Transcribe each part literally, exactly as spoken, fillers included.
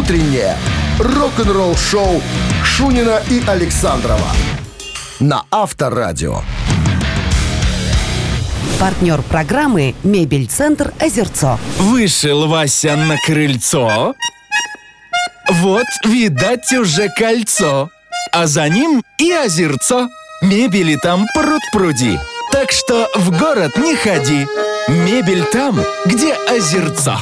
Утреннее рок-н-ролл-шоу Шунина и Александрова на Авторадио. Партнер программы «Мебель-центр Озерцо». Вышел Вася на крыльцо. Вот, видать, уже кольцо. А за ним и озерцо. Мебели там пруд-пруди. Так что в город не ходи. Мебель там, где озерцо.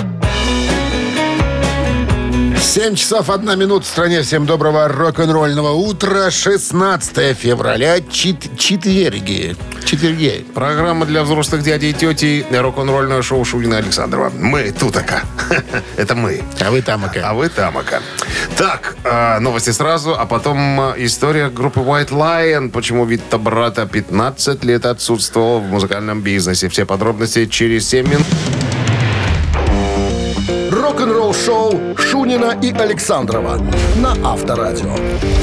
семь часов одна минута в стране. Всем доброго рок-н-ролльного утра. шестнадцатое февраля. Чет- четверги. Четверги. Программа для взрослых дядей и тетей. Рок-н-ролльное шоу Шунина Александрова. Мы тутака. Это мы. А вы тамака. А вы тамака. Так, э, новости сразу, а потом э, история группы White Lion. Почему Вита брата пятнадцать лет отсутствовал в музыкальном бизнесе. Все подробности через семь минут. Рок-н-ролл-шоу Шунина и Александрова на Авторадио.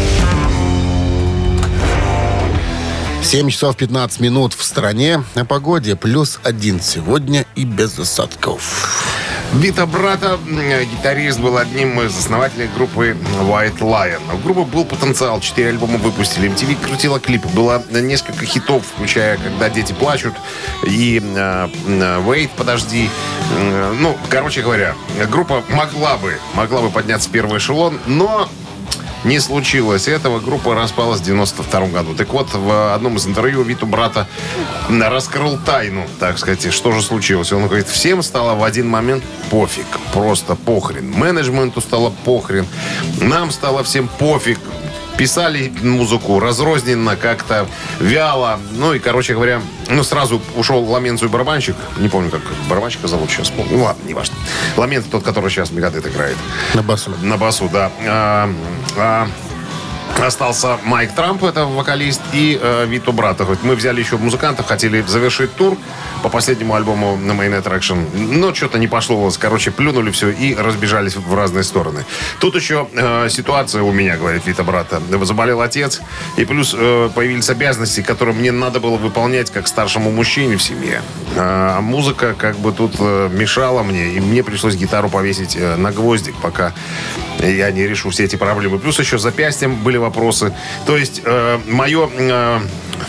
семь часов пятнадцать минут в стране. О погоде плюс один сегодня и без осадков. Вита брата, гитарист, был одним из основателей группы White Lion. У группы был потенциал. Четыре альбома выпустили. эм ти ви крутила клипы. Было несколько хитов, включая «Когда дети плачут» и «Wait, подожди». Ну, короче говоря, группа могла бы, могла бы подняться в первый эшелон, но не случилось этого. Группа распалась в девяносто втором году. Так вот, в одном из интервью Виту брата раскрыл тайну, так сказать, что же случилось. Он говорит, всем стало в один момент пофиг. Просто похрен. Менеджменту стало похрен. Нам стало всем пофиг. Писали музыку разрозненно, как-то вяло. Ну и, короче говоря, ну сразу ушел Ламенцу и барабанщик. Не помню, как барабанщика зовут сейчас. Помню. Ну ладно, не важно. Ламенцу тот, который сейчас Мегадет играет. На басу. На басу, да. А, а, остался Майк Трамп, это вокалист, и э, Виту брата. Хоть мы взяли еще музыкантов, хотели завершить тур по последнему альбому на Main Attraction. Но что-то не пошло у нас. Короче, плюнули все и разбежались в разные стороны. Тут еще э, ситуация у меня, говорит Вита брата. Заболел отец, и плюс э, появились обязанности, которые мне надо было выполнять как старшему мужчине в семье. А музыка как бы тут э, мешала мне, и мне пришлось гитару повесить э, на гвоздик, пока я не решу все эти проблемы. Плюс еще с запястьем были вопросы. То есть э, мое э,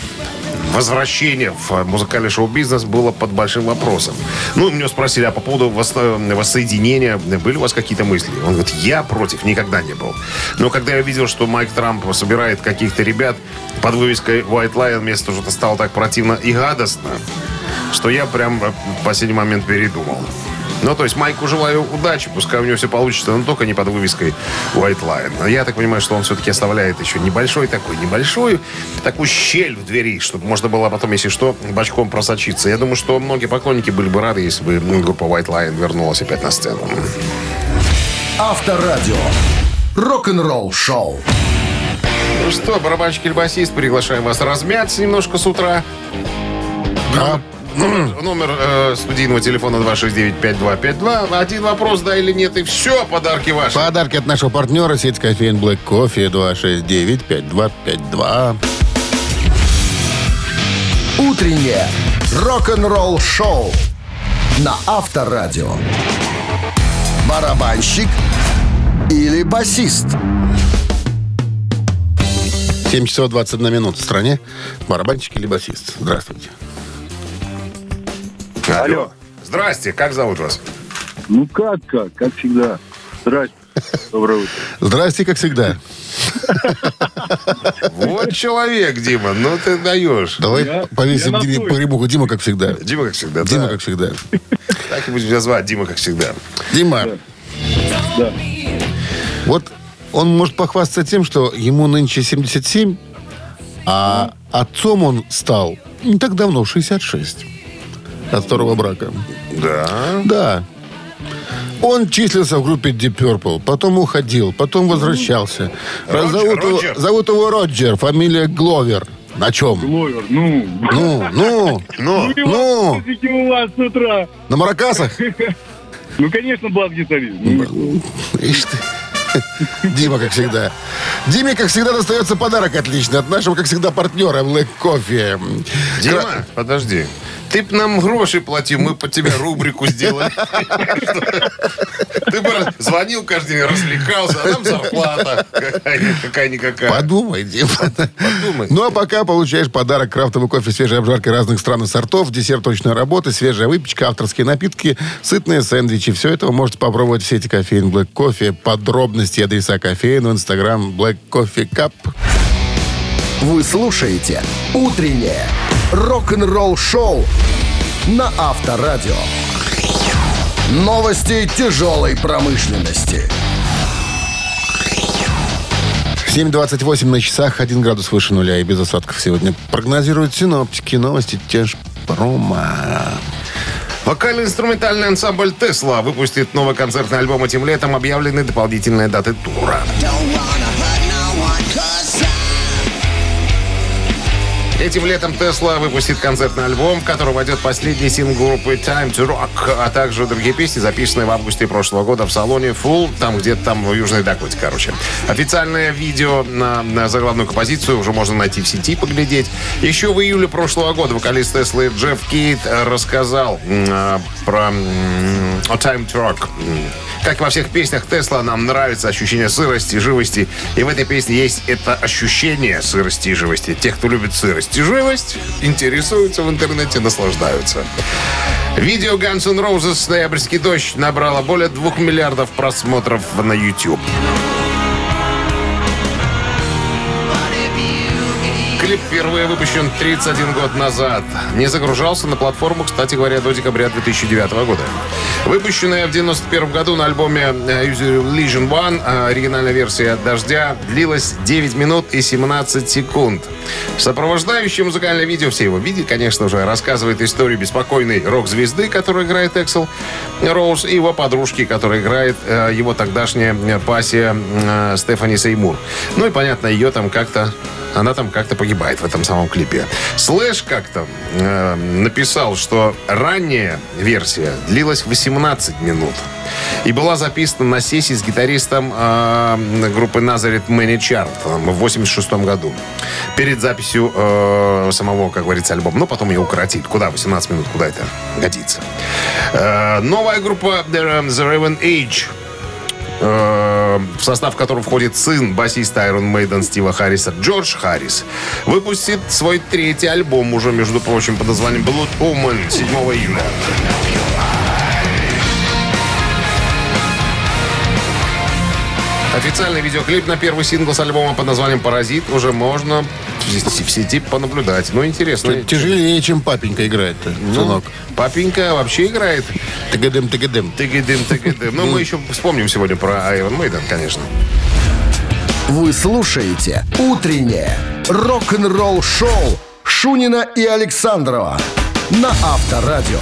возвращение в музыкальный шоу-бизнес было под большим вопросом. Ну, меня спросили, а по поводу вос- воссоединения были у вас какие-то мысли? Он говорит, я против, никогда не был. Но когда я видел, что Майк Трамп собирает каких-то ребят под вывеской White Lion, мне что-то стало так противно и гадостно, что я прям в последний момент передумал. Ну, то есть Майку желаю удачи, пускай у него все получится, но только не под вывеской White Lion. Я так понимаю, что он все-таки оставляет еще небольшой такой, небольшую такую щель в двери, чтобы можно было потом, если что, бочком просочиться. Я думаю, что многие поклонники были бы рады, если бы группа White Lion вернулась опять на сцену. Авторадио. Рок-н-ролл-шоу. Ну что, барабанщик или басист, приглашаем вас размяться немножко с утра. Да. Номер, номер э, студийного телефона два шесть девять пять два пять два. Один вопрос, да или нет, и все, подарки ваши. Подарки от нашего партнера сеть кофеин Black Coffee два шесть девять пять два пять два. Утреннее рок-н-ролл-шоу на Авторадио. Барабанщик или басист? семь часов двадцать одна минута в стране. Барабанщик или басист? Здравствуйте. Алло. Здрасте, как зовут вас? Ну как, как, как всегда. Здрасте. Доброе утро. Здрасте, как всегда. Вот человек, Дима, ну ты даешь. Давай Я- повесим я Диме настойчив. погребуху. Дима, как всегда. Дима, как всегда. Дима, да. как всегда. Так и будем тебя звать, Дима, как всегда. Дима, Да. вот он может похвастаться тем, что ему нынче семьдесят семь, а отцом он стал не так давно, в шестьдесят шесть. От второго брака. Да. Да. Он числился в группе Deep Purple, потом уходил, потом возвращался. Роджер, зовут, его, Роджер. зовут его Роджер, фамилия Гловер. На чем? Гловер, ну. Ну, ну, Ну, ну, Музыки у вас с утра. на маракасах? Ну, конечно, бас-гитарист. Ну, Ишь ты. Дима, как всегда. Диме, как всегда, достается подарок отличный от нашего, как всегда, партнера Black Coffee. Дима, Кра- подожди. Ты б нам гроши платил, мы под тебя рубрику сделали. Ты бы звонил каждый день, развлекался, а нам зарплата какая-никакая. Подумай, Дима. Подумай. Ну, а пока получаешь подарок: крафтовый кофе, свежей обжарки разных стран и сортов, десерт точной работы, свежая выпечка, авторские напитки, сытные сэндвичи. Все это вы можете попробовать в сети кофеин Black Coffee. Подробности и адреса кофеин в инстаграм Black Coffee Cup. Вы слушаете «Утреннее рок-н-ролл-шоу» на Авторадио. Новости тяжелой промышленности. семь двадцать восемь на часах, один градус выше нуля и без осадков сегодня прогнозируют синоптики. Новости Тяжпрома. Вокально-инструментальный ансамбль «Тесла» выпустит новый концертный альбом этим летом. Объявлены дополнительные даты тура. Этим летом Tesla выпустит концертный альбом, в который войдет последний сингл группы Time to Rock, а также другие песни, записанные в августе прошлого года в салоне Full, там где-то там в Южной Дакоте, короче. Официальное видео на, на заглавную композицию уже можно найти в сети, поглядеть. Еще в июле прошлого года вокалист Tesla Джефф Кейт рассказал э, про э, Time to Rock. Как во всех песнях Tesla, нам нравится ощущение сырости и живости. И в этой песне есть это ощущение сырости и живости. Тех, кто любит сырость и живость, интересуются в интернете, наслаждаются. Видео Guns N' Roses «Ноябрьский дождь» набрало более двух миллиардов просмотров на YouTube. Клип впервые выпущен тридцать один год назад. Не загружался на платформу, кстати говоря, до декабря две тысячи девятого года. Выпущенная в девяносто первом году на альбоме Legion One оригинальная версия «Дождя» длилась девять минут и семнадцать секунд. Сопровождающее музыкальное видео, все его видят, конечно же, рассказывает историю беспокойной рок-звезды, которую играет Эксел Роуз, и его подружки, которая играет э, его тогдашняя пассия э, Стефани Сеймур. Ну и, понятно, ее там как-то она там как-то погибает в этом самом клипе. Слэш как-то э, написал, что ранняя версия длилась восемнадцать минут и была записана на сессии с гитаристом э, группы Nazareth Many Chart в восемьдесят шестом году. Перед записью э, самого, как говорится, альбома. Но потом ее укоротили. Куда? восемнадцать минут, куда это годится? Э, новая группа The Raven Age, в состав которого входит сын басиста Iron Maiden Стива Харриса, Джордж Харрис, выпустит свой третий альбом уже, между прочим, под названием Blood Omen седьмого июля. Официальный видеоклип на первый сингл с альбома под названием «Паразит» уже можно в сети понаблюдать. Ну, интересно. Это тяжелее, чем папенька играет-то, ну, сынок. Папенька вообще играет. Тыгадым, тыгадым. Тыгадым, тыгадым. Ну, мы еще вспомним сегодня про Iron Maiden, конечно. Вы слушаете «Утреннее рок-н-ролл-шоу» Шунина и Александрова на Авторадио.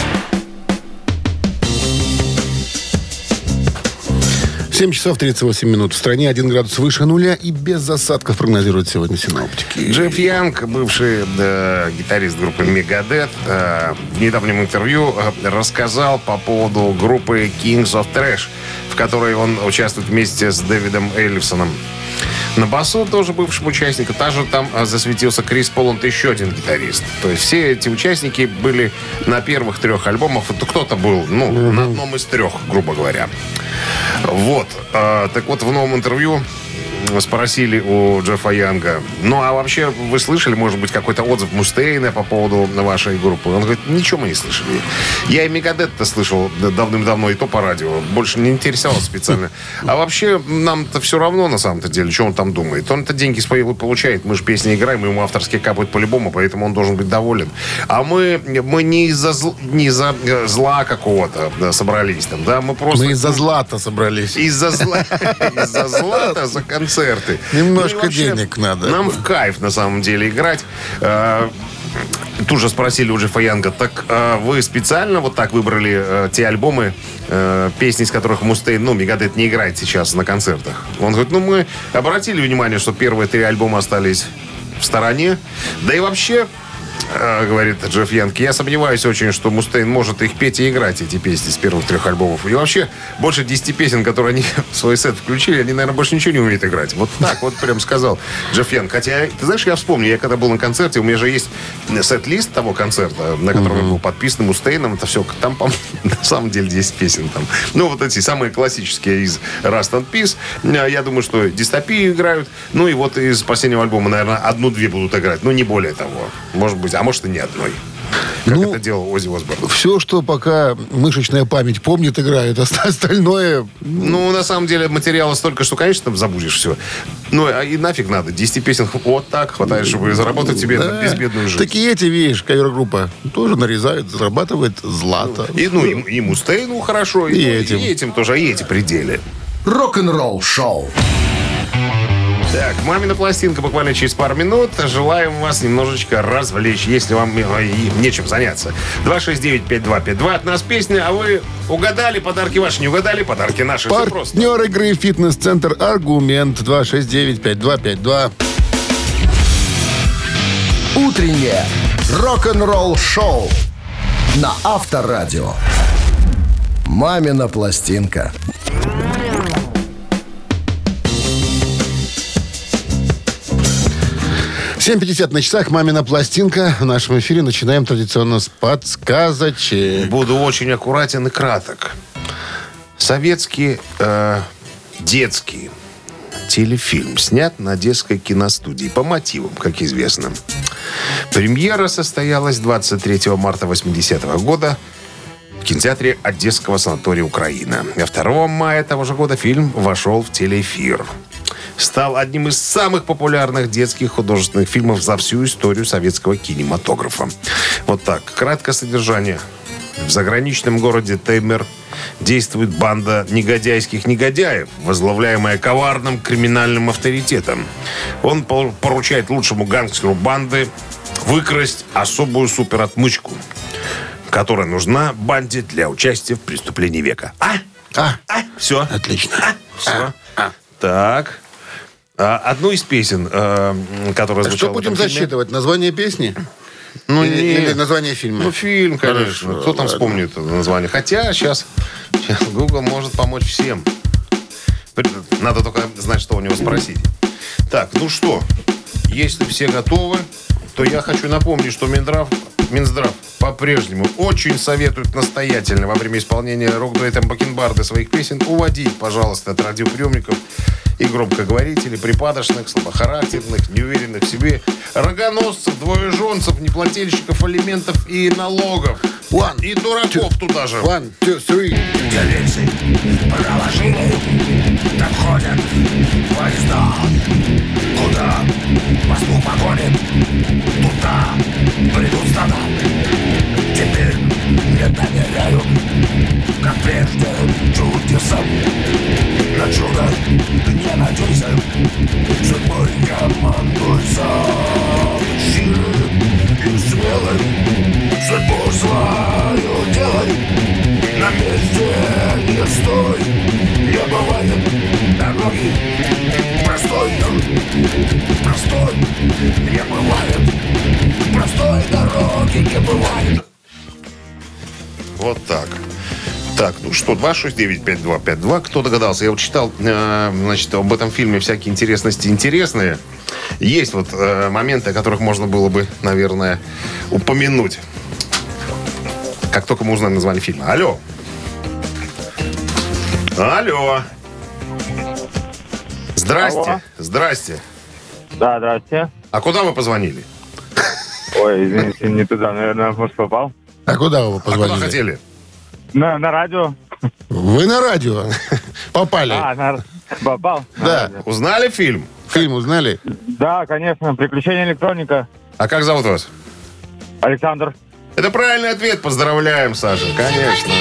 семь часов тридцать восемь минут. В стране один градус выше нуля и без осадков прогнозируют сегодня синоптики. Джефф Янг, бывший да, гитарист группы Megadeth, э, в недавнем интервью э, рассказал по поводу группы Kings of Trash, в которой он участвует вместе с Дэвидом Эллифсоном. На басу тоже бывшим участником. Также там засветился Крис Полланд, еще один гитарист. То есть все эти участники были на первых трех альбомах. Кто-то был, ну, mm-hmm. на одном из трех, грубо говоря. Вот. А, так вот, в новом интервью спросили у Джеффа Янга: ну, а вообще вы слышали, может быть, какой-то отзыв Мустейна по поводу вашей группы? Он говорит: ничего мы не слышали. Я и Мегадет-то слышал давным-давно, и то по радио. Больше не интересовался специально. А вообще нам-то все равно, на самом-то деле, что он там думает. Он-то деньги свои получает. Мы же песни играем, ему авторские капают по-любому, поэтому он должен быть доволен. А мы, мы не из-за зл, не из-за зла какого-то да, собрались там, да? Мы просто... Мы из-за зла-то собрались. Из-за зла. Из-за зла-то за концерты. Немножко ну, вообще, денег надо. Нам в кайф, на самом деле, играть. Тут же спросили у Джеффа Янга: так э, вы специально вот так выбрали э, те альбомы, э, песни из которых Мустейн, ну, Мегадет не играет сейчас на концертах? Он говорит: ну, мы обратили внимание, что первые три альбома остались в стороне. Да и вообще, э, говорит Джефф Янки, я сомневаюсь очень, что Мустейн может их петь и играть, эти песни с первых трех альбомов. И вообще, больше десяти песен, которые они в свой сет включили, они, наверное, больше ничего не умеют играть. Вот так вот прям сказал Джефф Янки. Хотя, ты знаешь, я вспомню, я когда был на концерте, у меня же есть сет-лист того концерта, на котором mm-hmm. я был подписан Мустейном. Это все, там, по на самом деле, десять песен там. Ну, вот эти самые классические из Rust and Peace. Я думаю, что Дистопию играют. Ну, и вот из последнего альбома, наверное, одну-две будут играть. Ну, не более того. Может быть, а может и ни одной. Как ну, это делал Оззи Осборн. Все, что пока мышечная память помнит, играет. Остальное... Ну, на самом деле, материала столько, что, конечно, там забудешь все. Ну, а и нафиг надо. десяти песен вот так хватает, чтобы заработать себе да. безбедную жизнь. Такие эти, видишь, кавер-группа тоже нарезают, зарабатывает злато. И, ну, и, и Мустейну хорошо, и, и, ну, этим. и этим тоже, и эти пределы. Рок-н-ролл шоу. Так, «Мамина пластинка» буквально через пару минут. Желаем вас немножечко развлечь, если вам нечем заняться. два шесть девять пять два пять два. От нас песня, а вы угадали, подарки ваши не угадали, подарки наши. Партнер игры «Фитнес-центр Аргумент». два шесть девять пять два пять два. Утреннее рок-н-ролл шоу на Авторадио. «Мамина пластинка». семь пятьдесят на часах. «Мамина пластинка». В нашем эфире начинаем традиционно с подсказочек. Буду очень аккуратен и краток. Советский э, детский телефильм снят на Одесской киностудии по мотивам, как известно. Премьера состоялась двадцать третьего марта восьмидесятого года в кинотеатре Одесского санатория «Украина». А второго мая того же года фильм вошел в телеэфир. Стал одним из самых популярных детских художественных фильмов за всю историю советского кинематографа. Вот так. Краткое содержание. В заграничном городе Теймер действует банда негодяйских негодяев, возглавляемая коварным криминальным авторитетом. Он поручает лучшему гангстеру банды выкрасть особую суперотмычку, которая нужна банде для участия в преступлении века. А? А? А? Все. Отлично. А? Все. А? А? Так. Одну из песен, которая звучала... Что будем засчитывать? Название песни? Ну, или, не... или название фильма? Ну, фильм, конечно. Хорошо, Кто там ладно. вспомнит это название? Хотя сейчас, сейчас Google может помочь всем. Надо только знать, что у него спросить. Так, ну что, если все готовы, то я хочу напомнить, что Минздрав, Минздрав по-прежнему очень советует настоятельно во время исполнения рок-дуэтом Бакенбарды своих песен уводить, пожалуйста, от радиоприемников и громкоговорителей, припадочных, слабохарактерных, неуверенных в себе, рогоносцев, двоеженцев, неплательщиков алиментов и налогов. One, и дураков two, туда же. One, two, three. Рельсы проложили, так ходят поезда. Куда Москву погонит, туда придут стада. Теперь не доверяют, как прежде, чудесам. На чудо не надейся, судьбой командуйся. Сильный и смелый, судьбу свою делай. На месте не стой, не бывает дороги простой, простой, не бывает простой дороги, не бывает. Вот так. Так, ну что, два шесть девять пять два пять два. Кто догадался? Я вот читал, э, значит, об этом фильме всякие интересности интересные. Есть вот э, моменты, о которых можно было бы, наверное, упомянуть. Как только мы узнаем название фильма. Алло. Алло. Здрасте. Алло. Здрасте. Да, здрасте. А куда вы позвонили? Ой, извините, не туда, наверное, может, попал. А куда вы позвонили? А куда хотели? На, на радио. Вы на радио попали. А, на, попал? На да. радио. Узнали фильм? Фильм узнали? Да, конечно. «Приключения электроника». А как зовут вас? Александр. Это правильный ответ. Поздравляем, Саша. Конечно.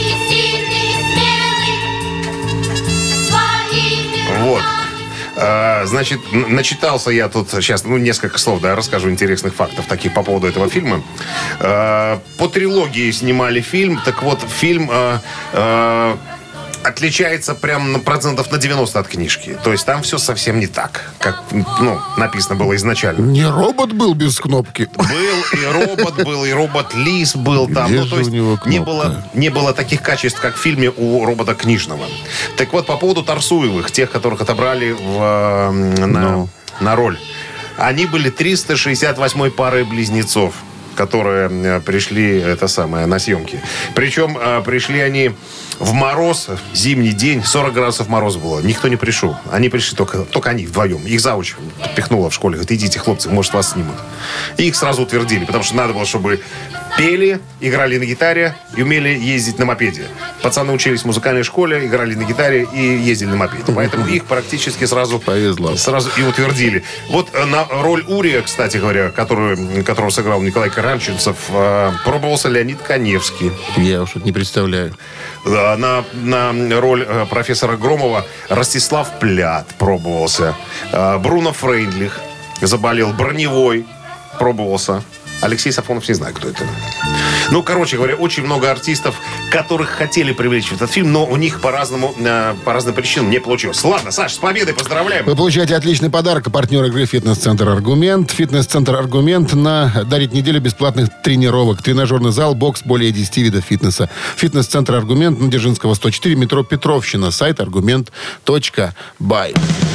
Вот. А, значит, начитался я тут сейчас, ну, несколько слов, да, расскажу интересных фактов таких по поводу этого фильма. А, по трилогии снимали фильм. Так вот, фильм а, а, отличается прям на процентов на девяносто от книжки. То есть там все совсем не так, как ну, написано было изначально. Не робот был без кнопки. Был и робот, был и робот-лис был там. Где ну, то же есть у него не кнопка? было, не было таких качеств, как в фильме у робота книжного. Так вот, по поводу Тарсуевых, тех, которых отобрали в, на, Ну. на роль. Они были триста шестьдесят восьмой парой близнецов, которые э, пришли, это самое, на съемки. Причем э, пришли они в мороз, зимний день, сорок градусов мороза было. Никто не пришел. Они пришли только, только они вдвоем. Их завуч подпихнула в школе. Говорит, идите, хлопцы, может, вас снимут. И их сразу утвердили, потому что надо было, чтобы пели, играли на гитаре и умели ездить на мопеде. Пацаны учились в музыкальной школе, играли на гитаре и ездили на мопеде. Поэтому их практически сразу, Повезло. сразу и утвердили. Вот э, на роль Урия, кстати говоря, которую, которого сыграл Николай Каранченцев, э, пробовался Леонид Каневский. Я уж не представляю. Э, На, на роль э, профессора Громова Ростислав Плят пробовался. Э, Бруно Фрейндлих заболел. Броневой пробовался. Алексей Сафонов, не знаю, кто это. Ну, короче говоря, очень много артистов, которых хотели привлечь в этот фильм, но у них по-разному, э, по разным причинам не получилось. Ладно, Саш, с победой поздравляем. Вы получаете отличный подарок. Партнер игры «Фитнес-центр Аргумент». «Фитнес-центр Аргумент» на дарит неделю бесплатных тренировок. Тренажерный зал, бокс, более десяти видов фитнеса. «Фитнес-центр Аргумент» на Дзержинского, сто четыре, метро Петровщина. Сайт аргумент точка бай.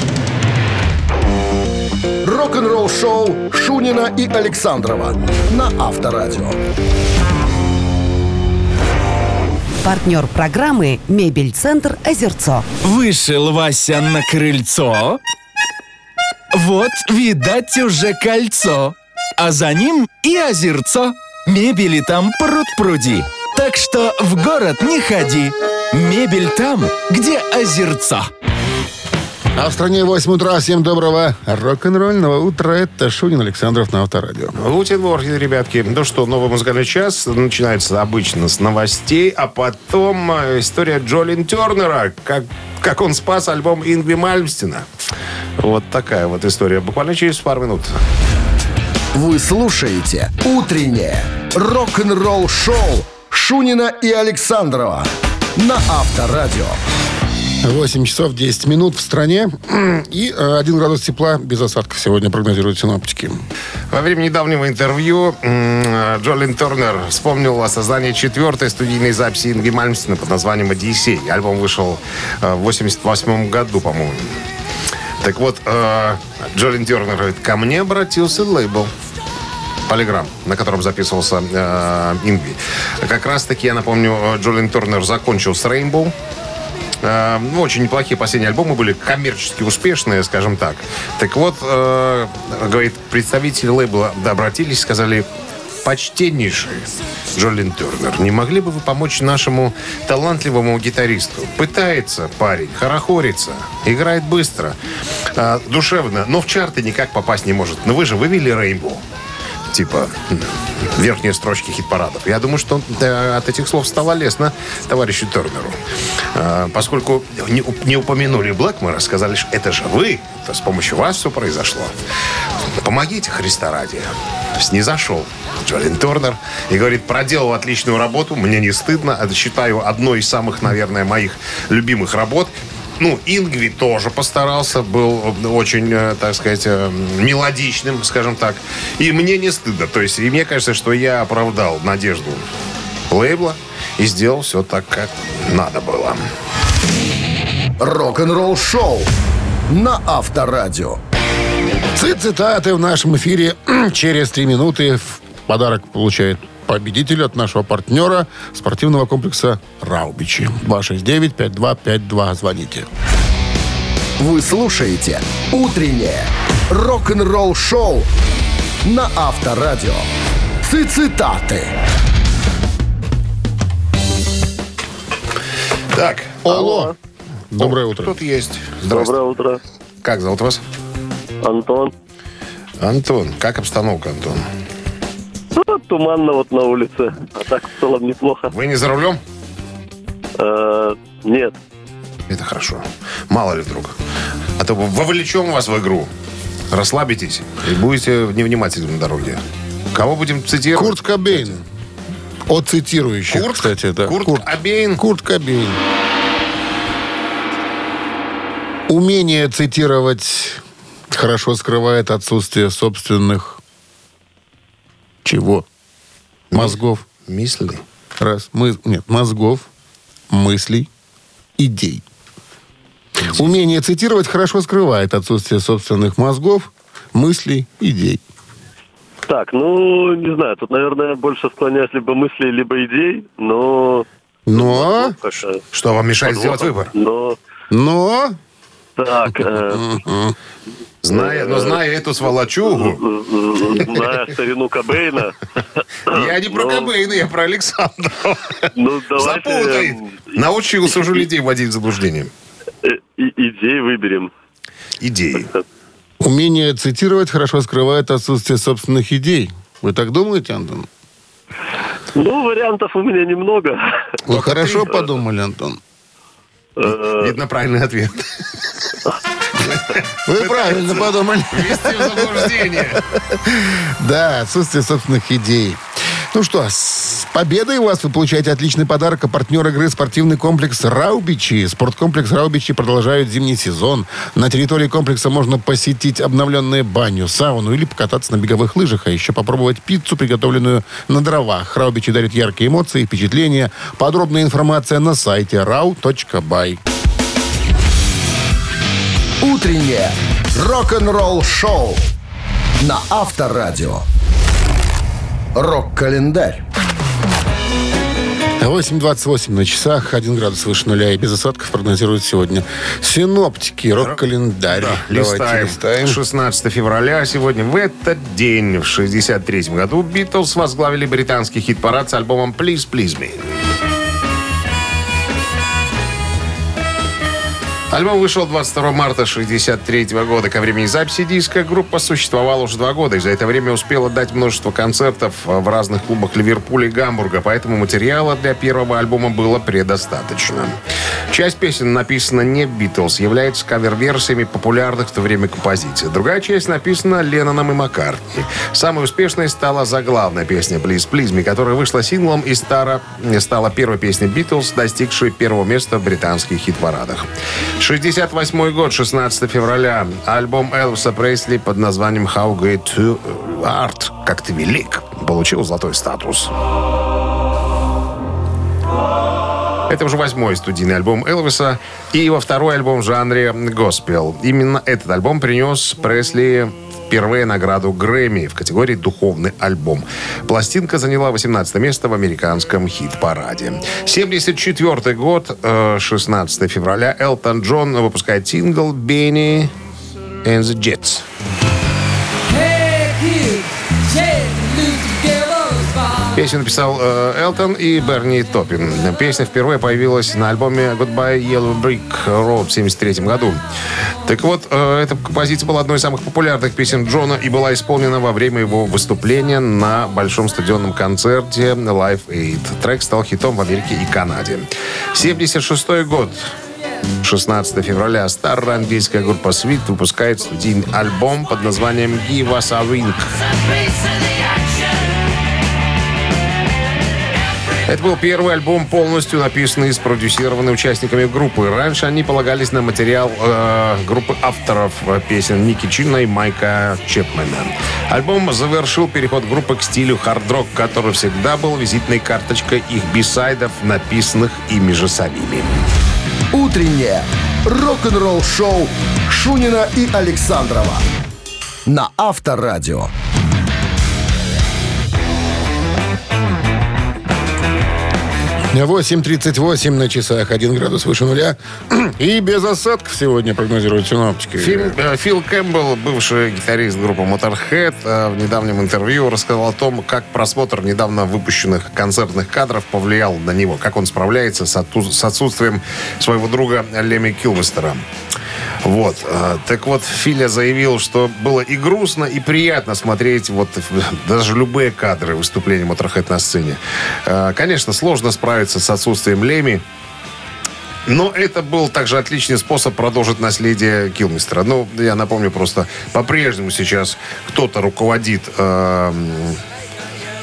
Рок-н-ролл шоу Шунина и Александрова на Авторадио. Партнер программы «Мебель-центр Озерцо». Вышел Вася на крыльцо. Вот, видать, уже кольцо. А за ним и озерцо. Мебели там пруд-пруди. Так что в город не ходи. Мебель там, где озерцо. А в стране восемь утра. Всем доброго рок-н-ролльного утра. Это Шунин, Александров на Авторадио. Гутенборг, ребятки. Ну что, новый музыкальный час начинается обычно с новостей, а потом э, история Джолин Тернера, как, как он спас альбом Ингви Мальмстена. Вот такая вот история. Буквально через пару минут. Вы слушаете «Утреннее рок-н-ролл-шоу» Шунина и Александрова на Авторадио. восемь часов десять минут в стране. И э, один градус тепла без осадков сегодня прогнозируют синоптики. Во время недавнего интервью м, Джолин Тернер вспомнил о создании четвертой студийной записи Ингви Мальмстена под названием «Одиссей». Альбом вышел э, в восемьдесят восьмом году, по-моему. Так вот, э, Джолин Тернер говорит, ко мне обратился лейбл Полиграм, на котором записывался э, Ингви. Как раз-таки, я напомню, Джолин Тернер закончил с Rainbow. Э, ну, очень неплохие последние альбомы были, коммерчески успешные, скажем так. Так вот, э, говорит, представители лейбла обратились, сказали, почтеннейший Джолин Тернер, не могли бы вы помочь нашему талантливому гитаристу? Пытается парень, хорохорится, играет быстро, э, душевно, но в чарты никак попасть не может. Но вы же вывели Rainbow. Типа верхние строчки хит-парадов. Я думаю, что да, от этих слов стало лестно товарищу Тернеру. А, поскольку не, не упомянули Блэкмора, сказали, что это же вы, то с помощью вас все произошло. Помогите, Христа ради. Снизошел Джолин Тернер и говорит, проделал отличную работу, мне не стыдно, это считаю одной из самых, наверное, моих любимых работ. Ну, Ингви тоже постарался, был очень, так сказать, мелодичным, скажем так. И мне не стыдно. То есть, и мне кажется, что я оправдал надежду лейбла и сделал все так, как надо было. Рок-н-ролл шоу на Авторадио. Цитаты в нашем эфире через три минуты. В подарок получает победитель от нашего партнера спортивного комплекса «Раубичи». два шесть девять пять два пять два. Звоните. Вы слушаете «Утреннее рок-н-ролл-шоу» на Авторадио. Цитаты. Так. Алло. Доброе утро. Тут есть. Доброе утро. Как зовут вас? Антон. Антон. Как обстановка, Антон? Ну, туманно вот на улице. А так в целом неплохо. Вы не за рулем? Э, нет. Это хорошо. Мало ли вдруг. А то вовлечем вас в игру. Расслабитесь и будете невнимательны на дороге. Кого будем цитировать? Курт Кобейн. От цитирующих, Курт? кстати. Да. Курт Кобейн? Курт Кобейн. Умение цитировать хорошо скрывает отсутствие собственных... Чего? Мозгов. Мысли. Раз. Мы... Нет, мозгов, мыслей, идей. Умение цитировать хорошо скрывает отсутствие собственных мозгов, мыслей, идей. Так, ну, не знаю, тут, наверное, больше склоняюсь либо мыслей, либо идей, но... Но... как-то Что вам мешает сделать подвохом. выбор? Но... Но... Так, э, Зная, но зная эту сволочугу, зная старину Кобейна... я не про ну, Кобейна, я про Александра. Ну, Запутает. давайте... Научился уже людей вводить в заблуждение. э, и- идей выберем. Идеи. Умение цитировать хорошо скрывает отсутствие собственных идей. Вы так думаете, Антон? Ну, вариантов у меня немного. Вы хорошо подумали, Антон? Видно, правильный ответ. Вы правильно подумали. Ввести в заблуждение. Да, отсутствие собственных идей. Ну что, с победой у вас вы получаете отличный подарок. А партнер игры спортивный комплекс «Раубичи». Спорткомплекс «Раубичи» продолжает зимний сезон. На территории комплекса можно посетить обновленную баню, сауну или покататься на беговых лыжах, а еще попробовать пиццу, приготовленную на дровах. «Раубичи» дарит яркие эмоции и впечатления. Подробная информация на сайте рау точка бай. Утреннее рок-н-ролл-шоу на Авторадио. Рок-календарь. восемь двадцать восемь на часах, один градус выше нуля и без осадков прогнозируют сегодня синоптики. Рок-календарь. Да, Давайте листаем. листаем. шестнадцатого февраля сегодня. В этот день, в шестьдесят третьем году, Битлз возглавили британский хит-парад с альбомом «Please, Please Me». Альбом вышел двадцать второго марта шестьдесят третьего года. Ко времени записи диска группа существовала уже два года и за это время успела дать множество концертов в разных клубах Ливерпуля и Гамбурга, поэтому материала для первого альбома было предостаточно. Часть песен написана не Битлз, является кавер-версиями популярных в то время композиций. Другая часть написана Ленноном и Маккартни. Самой успешной стала заглавная песня «Please, Please Me», которая вышла синглом и стара, стала первой песней Битлз, достигшей первого места в британских хит-парадах. шестьдесят восьмой год, шестнадцатого февраля. Альбом Элвиса Пресли под названием «How Great You Art», «Как ты велик», получил золотой статус. Это уже восьмой студийный альбом Элвиса и его второй альбом в жанре госпел. Именно этот альбом принес Пресли впервые награду Грэмми в категории «Духовный альбом». Пластинка заняла восемнадцатое место в американском хит-параде. семьдесят четвёртый год, шестнадцатого февраля, Элтон Джон выпускает сингл «Benny and the Jets». Песню написал э, Элтон и Берни Топпин. Песня впервые появилась на альбоме «Goodbye Yellow Brick Road» в семьдесят третьем году. Так вот, э, эта композиция была одной из самых популярных песен Джона и была исполнена во время его выступления на большом стадионном концерте Live Aid. Трек стал хитом в Америке и Канаде. семьдесят шестой год. шестнадцатого февраля старая английская группа Sweet выпускает студийный альбом под названием «Give Us a Wink». Это был первый альбом, полностью написанный и спродюсированный участниками группы. Раньше они полагались на материал э, группы авторов песен Ники Чина и Майка Чепмена. Альбом завершил переход группы к стилю хард-рок, который всегда был визитной карточкой их бисайдов, написанных ими же самими. Утреннее рок-н-ролл-шоу Шунина и Александрова на Авторадио. восемь тридцать восемь на часах, один градус выше нуля. И без осадков сегодня прогнозируют синоптики. Фил, э, Фил Кэмпбелл, бывший гитарист группы Motorhead, э, в недавнем интервью рассказал о том, как просмотр недавно выпущенных концертных кадров повлиял на него, как он справляется с, оту- с отсутствием своего друга Леми Килмистера. Вот. Так вот, Филя заявил, что было и грустно, и приятно смотреть вот даже любые кадры выступления Motorhead на сцене. Конечно, сложно справиться с отсутствием Леми, но это был также отличный способ продолжить наследие Килмистера. Ну, я напомню просто, по-прежнему сейчас кто-то руководит э,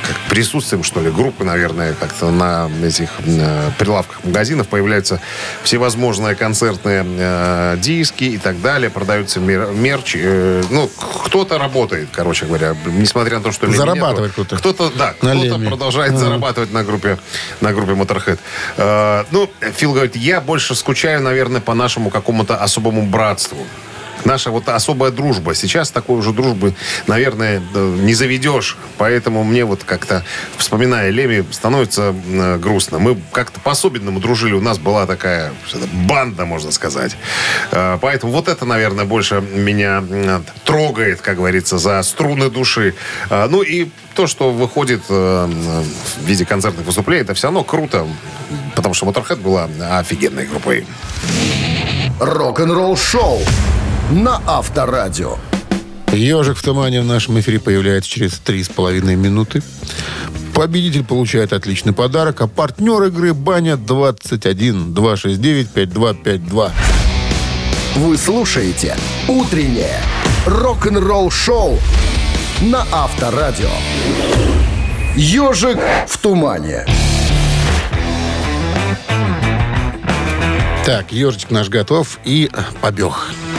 как присутствием, что ли, группы, наверное, как-то на этих э, прилавках магазинов появляются всевозможные концертные э, диски и так далее, продаются мер, мерч. Э, ну, кто-то работает, короче говоря, несмотря на то, что... Зарабатывает кто-то. Кто-то, да, кто-то Леме. продолжает а. зарабатывать на группе, на группе Motorhead. Э, ну, Фил говорит, я больше скучаю, наверное, по нашему какому-то особому братству. Наша вот особая дружба. Сейчас такой уже дружбы, наверное, не заведешь. Поэтому мне вот как-то, вспоминая Леми, становится э, грустно. Мы как-то по-особенному дружили. У нас была такая банда, можно сказать. Э, поэтому вот это, наверное, больше меня э, трогает, как говорится, за струны души. Э, ну и то, что выходит э, в виде концертных выступлений, это все равно круто. Потому что Motorhead была офигенной группой. Рок-н-ролл шоу на Авторадио. Ежик в тумане в нашем эфире появляется через три с половиной минуты. Победитель получает отличный подарок, а партнер игры Баня двадцать один два шесть девять пять два пять два. Вы слушаете «Утреннее рок-н-ролл шоу» на Авторадио. Ежик в тумане. Так, ежичек наш готов и побег.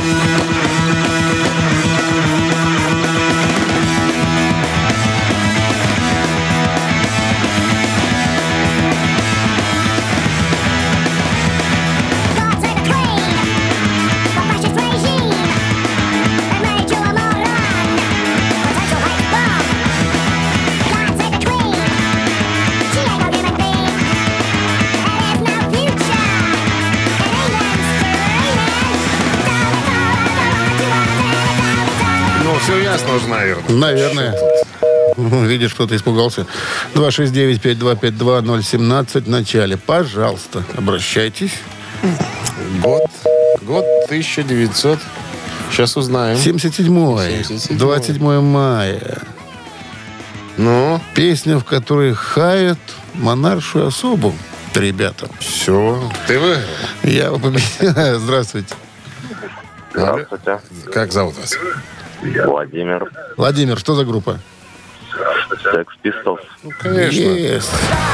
Все ясно уже, наверное. Наверное. Видишь, кто-то испугался. два шесть девять пять два пять два ноль семнадцать в начале. Пожалуйста, обращайтесь. Год. Год тысяча девятьсот. Сейчас узнаем. семьдесят седьмой. семьдесят седьмой. двадцать седьмое мая. Ну? Песня, в которой хаят монаршую особу. Ребята. Все. Ты выиграл. Я победил. Здравствуйте. Здравствуйте. Как зовут вас? Владимир. Владимир, что за группа? Sex Pistols. Ну, конечно. Yes.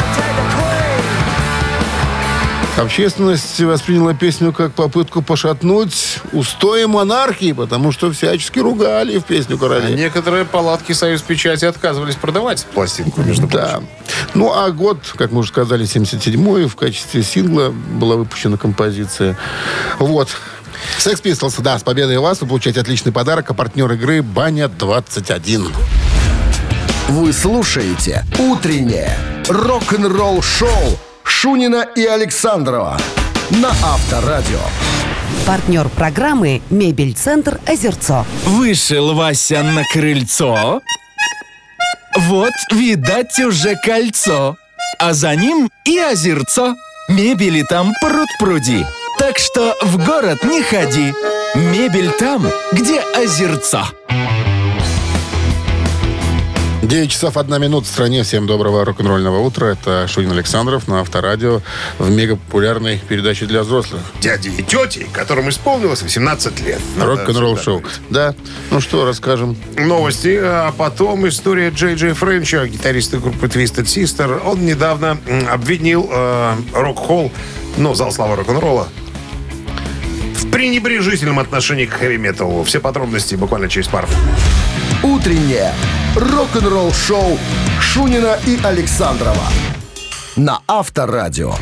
Общественность восприняла песню как попытку пошатнуть устои монархии, потому что всячески ругали в песню А короля. некоторые палатки «Союз Печати» отказывались продавать пластинку, между Да. прочим. Ну, а год, как мы уже сказали, семьдесят седьмой, в качестве сингла была выпущена композиция. Вот. Sex Pistols, да, с победой вас. Вы получаете отличный подарок, а партнер игры Баня двадцать один. Вы слушаете «Утреннее рок-н-ролл шоу» Шунина и Александрова на Авторадио. Партнер программы «Мебель-центр Озерцо». Вышел Вася на крыльцо. Вот, видать, уже кольцо. А за ним и озерцо. Мебели там пруд-пруди. Так что в город не ходи. Мебель там, где озерцо. девять часов одна минута в стране. Всем доброго рок-н-ролльного утра. Это Шунин Александров на Авторадио в мегапопулярной передаче для взрослых. Дяди и тети, которым исполнилось восемнадцать лет. Надо Рок-н-ролл всегда шоу. говорить. Да. Ну что, расскажем. Новости, а потом история Джей Джей Френча, гитариста группы Twisted Sister. Он недавно м, обвинил э, Рок-Холл, ну, зал славы рок-н-ролла, в пренебрежительном отношении к хэви-металу. Все подробности буквально через пару. Утреннее рок-н-ролл шоу Шунина и Александрова на Авторадио.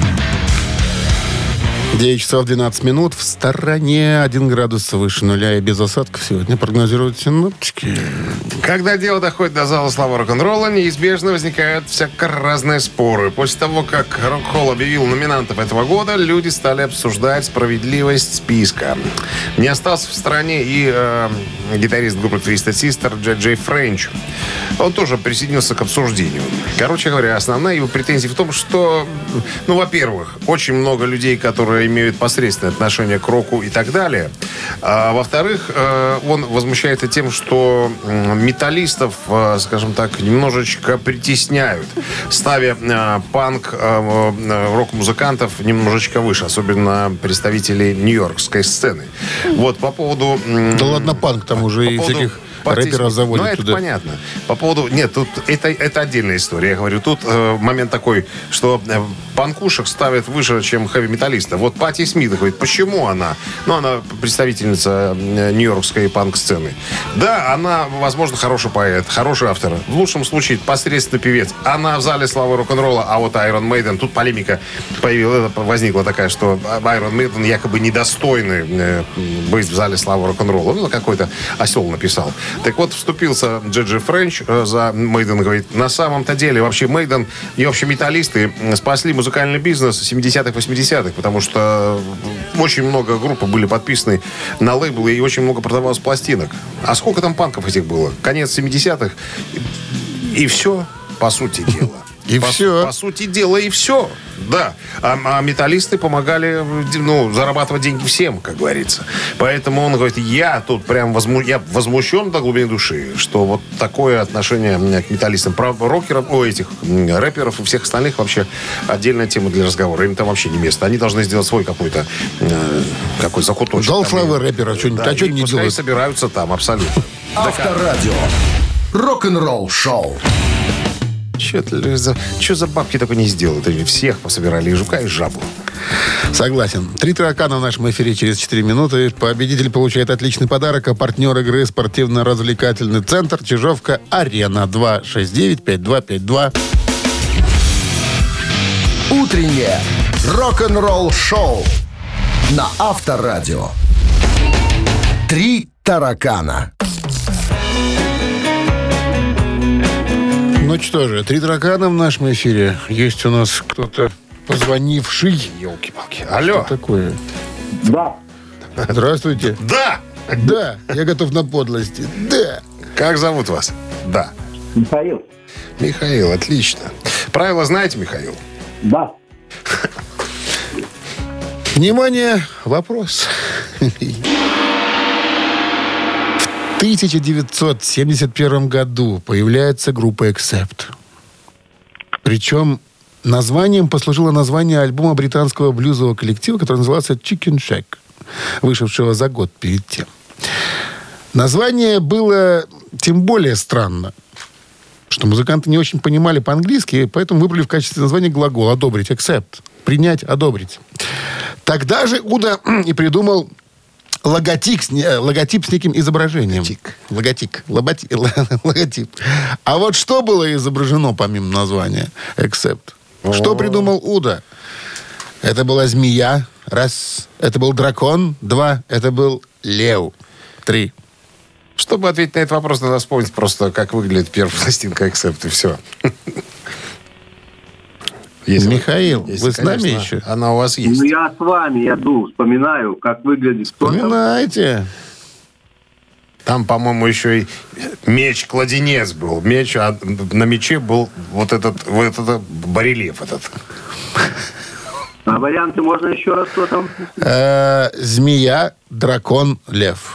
девять часов двенадцать минут. В стороне один градус выше нуля и без осадков сегодня прогнозируют синоптики. Когда дело доходит до зала славы рок-н-ролла, неизбежно возникают всяко разные споры. После того, как Рок-Холл объявил номинантов этого года, люди стали обсуждать справедливость списка. Не остался в стороне и э, гитарист группы Twisted Sister Джей Джей Френч. Он тоже присоединился к обсуждению. Короче говоря, основная его претензия в том, что, ну, во-первых, очень много людей, которые имеют посредственное отношение к року и так далее. А, во-вторых, э, он возмущается тем, что э, металлистов, э, скажем так, немножечко притесняют, ставя э, панк, э, э, рок-музыкантов немножечко выше, особенно представителей нью-йоркской сцены. Вот, по поводу... Э, Да ладно, панк там уже по и поводу, всяких Партия рэперов Смит. заводят Ну, это туда. понятно. По поводу... Нет, тут это, это отдельная история. Я говорю, тут э, момент такой, что э, панкушек ставят выше, чем хэви-металлиста. Вот Патти Смит говорит, почему она? Ну, она представительница э, нью-йоркской панк-сцены. Да, она, возможно, хороший поэт, хороший автор. В лучшем случае посредственный певец. Она в зале славы рок-н-ролла, а вот Iron Maiden, тут полемика появилась, возникла такая, что Iron Maiden якобы недостойны э, быть в зале славы рок-н-ролла. Ну, какой-то осел написал. Так вот, вступился Джиджи Френч э, за Maiden, говорит, на самом-то деле вообще Maiden и вообще металлисты спасли музыкальный бизнес семидесятых, восьмидесятых, потому что очень много групп были подписаны на лейблы и очень много продавалось пластинок. А сколько там панков этих было? Конец семидесятых. И все, по сути дела. И по, все. По сути дела, и все. Да. А, а металлисты помогали, ну, зарабатывать деньги всем, как говорится. Поэтому он говорит, я тут прям возму... я возмущен до глубины души, что вот такое отношение к металлистам. Про рокеров, о, этих рэперов и всех остальных вообще отдельная тема для разговора. Им там вообще не место. Они должны сделать свой какой-то э, какой закуточек. Дал славы рэперов, что-нибудь. Да, А что не пускай делают? собираются там, абсолютно. Авторадио. Рок-н-ролл шоу. Что за, что за бабки такой не сделают? Они всех пособирали, и жука, и жабу. Согласен. Три таракана в нашем эфире через четыре минуты. Победитель получает отличный подарок. А партнер игры — спортивно-развлекательный центр «Чижовка-Арена». два шесть девять пять два пять два. Утреннее рок-н-ролл шоу на Авторадио. Три таракана. Ну что же, три таракана в нашем эфире. Есть у нас кто-то позвонивший. Елки-палки. Алло. Что такое? Да. Здравствуйте. Да! Да, я готов на подлости. Да. Как зовут вас? Да. Михаил. Михаил, отлично. Правила знаете, Михаил? Да. Внимание, вопрос. В тысяча девятьсот семьдесят первом году появляется группа Accept. Причем названием послужило название альбома британского блюзового коллектива, который назывался Chicken Shack, вышедшего за год перед тем. Название было тем более странно, что музыканты не очень понимали по-английски, и поэтому выбрали в качестве названия глагол «одобрить», «accept», «принять», «одобрить». Тогда же Уда и придумал логотип, логотип с неким изображением. Логотик. Логотик. Лоботи, логотип. А вот что было изображено помимо названия «accept»? Что придумал Уда? Это была змея. Раз. Это был дракон. Два. Это был лев. Три. Чтобы ответить на этот вопрос, надо вспомнить просто, как выглядит первая пластинка Accept, и все. Если Михаил, если, вы с нами конечно, еще? Она у вас есть. Ну, я с вами, я ду, вспоминаю, как выглядит. Вспоминайте. Там, по-моему, еще и меч-кладенец был. Меч, а на мече был вот этот, вот этот барельеф этот. А варианты можно еще раз, что там? Э, Змея, дракон, лев.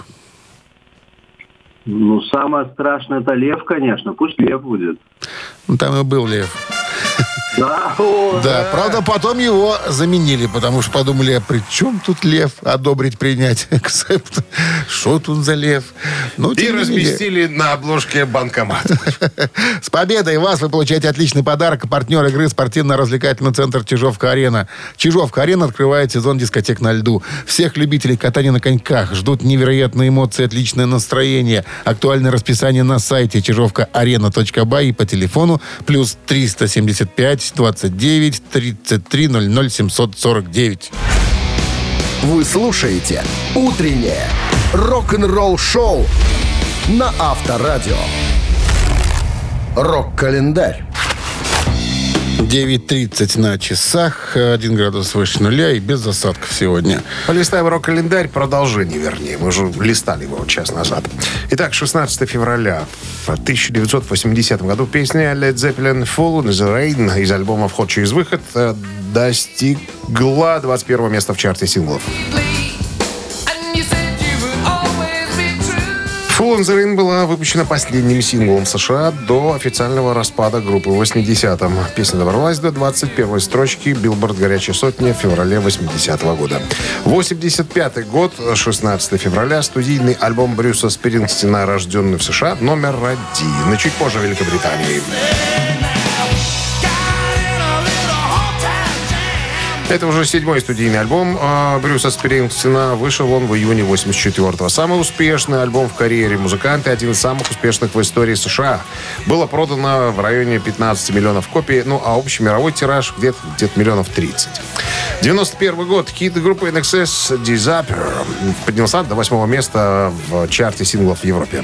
Ну, самое страшное это лев, конечно. Пусть лев будет. Ну, там и был лев. Да, о, Да, правда, потом его заменили, потому что подумали, а при чем тут лев? Одобрить, принять, accept. Что тут за лев? Ну, И тем не менее. разместили на обложке банкомат. С победой вас! Вы получаете отличный подарок. Партнер игры — спортивно-развлекательный центр «Чижовка-Арена». «Чижовка-Арена» открывает сезон дискотек на льду. Всех любителей катания на коньках ждут невероятные эмоции, отличное настроение. Актуальное расписание на сайте чижовка арена точка бай и по телефону плюс триста семьдесят пять двадцать девять тридцать три ноль ноль семьсот сорок девять. Вы слушаете «Утреннее рок-н-ролл-шоу» на Авторадио. Рок-календарь. девять тридцать на часах, один градус выше нуля и без осадков сегодня. Полистаем рок-календарь, продолжение, вернее. Мы уже листали его час назад. Итак, шестнадцатого февраля в тысяча девятьсот восьмидесятом году песня Led Zeppelin «Fall in the Rain» из альбома «Вход через выход» достигла двадцать первого места в чарте синглов. Full on the Rain была выпущена последним синглом США до официального распада группы в восьмидесятом. Песня добралась до двадцать первой строчки Billboard горячей сотни в феврале восьмидесятого года. восемьдесят пятый год, шестнадцатого февраля, студийный альбом Брюса Спрингстина, рожденный в США, номер один. И чуть позже в Великобритании. Это уже седьмой студийный альбом э, Брюса Спрингстина. Вышел он в июне восемьдесят четвёртого. Самый успешный альбом в карьере музыканта и один из самых успешных в истории США. Было продано в районе пятнадцати миллионов копий, ну а общий мировой тираж где-то, где-то миллионов тридцать. девяносто первый год. Хит группы эн экс эс Disappear поднялся до восьмого места в чарте синглов в Европе.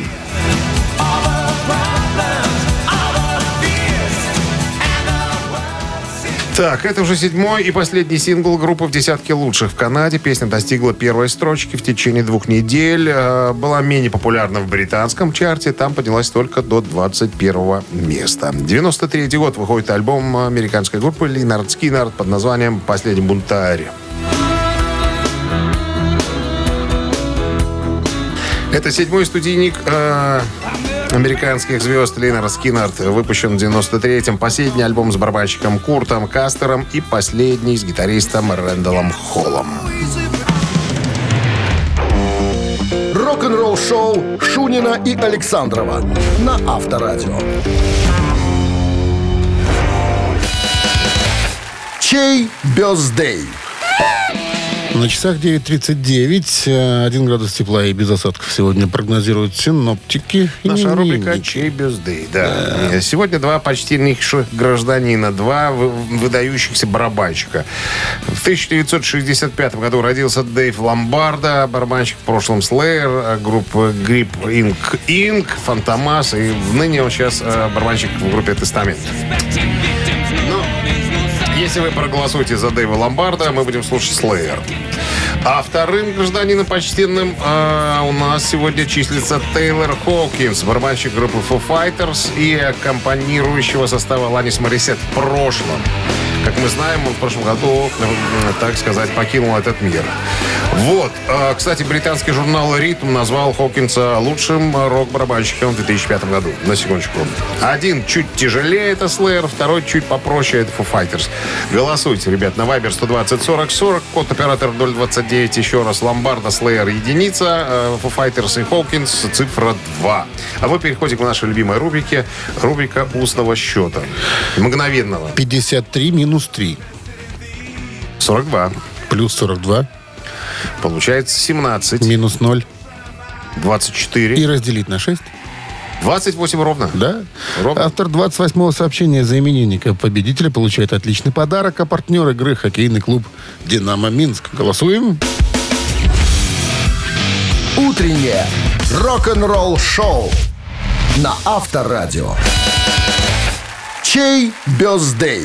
Так, это уже седьмой и последний сингл группы в десятке лучших в Канаде. Песня достигла первой строчки в течение двух недель. Была менее популярна в британском чарте. Там поднялась только до двадцать первого места. девяносто третий год выходит альбом американской группы Линард Скиннард под названием «Последний бунтарь». Это седьмой студийник э, американских звезд Линард Скиннард, выпущен в девяносто третьем. Последний альбом с барабанщиком Куртом Кастером и последний с гитаристом Рэндаллом Холлом. Рок-н-ролл шоу Шунина и Александрова на Авторадио. Чей бёздей? На часах девять тридцать девять. Один градус тепла и без осадков сегодня прогнозируют синоптики. Наша рубрика «Чей бёздей». Да. Да. Сегодня два почтеннейших гражданина, два выдающихся барабанщика. В тысяча девятьсот шестьдесят пятом году родился Дэйв Ломбардо, барабанщик в прошлом Slayer, группа Grip Inc. Inc. Фантомас. И ныне он сейчас барабанщик в группе Тестамент. Если вы проголосуете за Дэйва Ломбардо, мы будем слушать Slayer. А вторым гражданином почтенным э, у нас сегодня числится Тейлор Хоукинс, барабанщик группы Foo Fighters и аккомпанирующего состава Ланис Морисет в прошлом. Как мы знаем, он в прошлом году, так сказать, покинул этот мир. Вот. Кстати, британский журнал «Ритм» назвал Хокинса лучшим рок-барабанщиком в две тысячи пятом году. На секундочку. Один чуть тяжелее, это Slayer, второй чуть попроще, это Foo Fighters. Голосуйте, ребят, на Viber сто двадцать сорок сорок, код оператор ноль двадцать девять. Еще раз, Ломбардо, Slayer единица, Foo Fighters и Хокинс цифра два. А мы переходим к нашей любимой рубрике. Рубрика устного счета. Мгновенного. пятьдесят три минус три. сорок два. Плюс сорок два. Получается семнадцать. Минус ноль. двадцать четыре. И разделить на шесть. двадцать восемь ровно. Да. Ровно. Автор двадцать восьмого сообщения за именинника победителя получает отличный подарок. А партнер игры — хоккейный клуб «Динамо Минск». Голосуем. Утреннее рок-н-ролл шоу на Авторадио. Чей бёздей?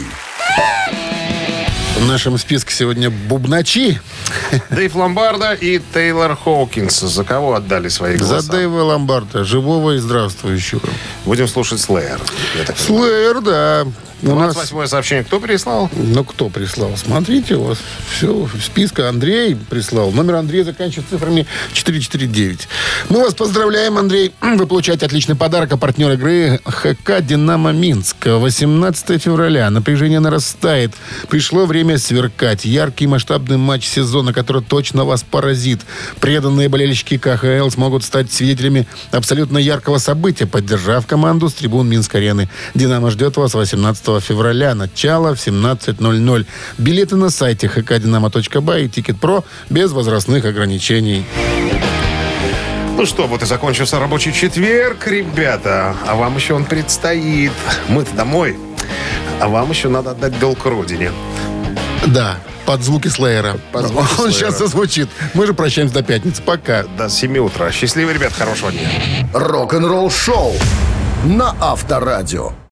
В нашем списке сегодня бубначи. Дэйв Ломбардо и Тейлор Хоукинс. За кого отдали свои голоса? За Дэйва Ломбардо, живого и здравствующего. Будем слушать Slayer. Slayer, да. двадцать восьмое сообщение кто прислал? Ну, кто прислал? Смотрите, у вас все в списке. Андрей прислал. Номер Андрея заканчивается цифрами четыреста сорок девять. Мы вас поздравляем, Андрей. Вы получаете отличный подарок. А партнер игры ХК «Динамо Минск». восемнадцатого февраля. Напряжение нарастает. Пришло время сверкать. Яркий масштабный матч сезона, который точно вас поразит. Преданные болельщики КХЛ смогут стать свидетелями абсолютно яркого события, поддержав команду с трибун Минск-арены. «Динамо» ждет вас восемнадцатого февраля. Начало в семнадцать ноль ноль. Билеты на сайте эйч кей динамо точка бай и Тикет.Про без возрастных ограничений. Ну что, вот и закончился рабочий четверг, ребята. А вам еще он предстоит. Мы-то домой. А вам еще надо отдать долг родине. Да, под звуки Слэера. Под звуки Он Слэера. сейчас зазвучит. Мы же прощаемся до пятницы. Пока. До семи утра. Счастливо, ребят, хорошего дня. Рок-н-ролл шоу на Авторадио.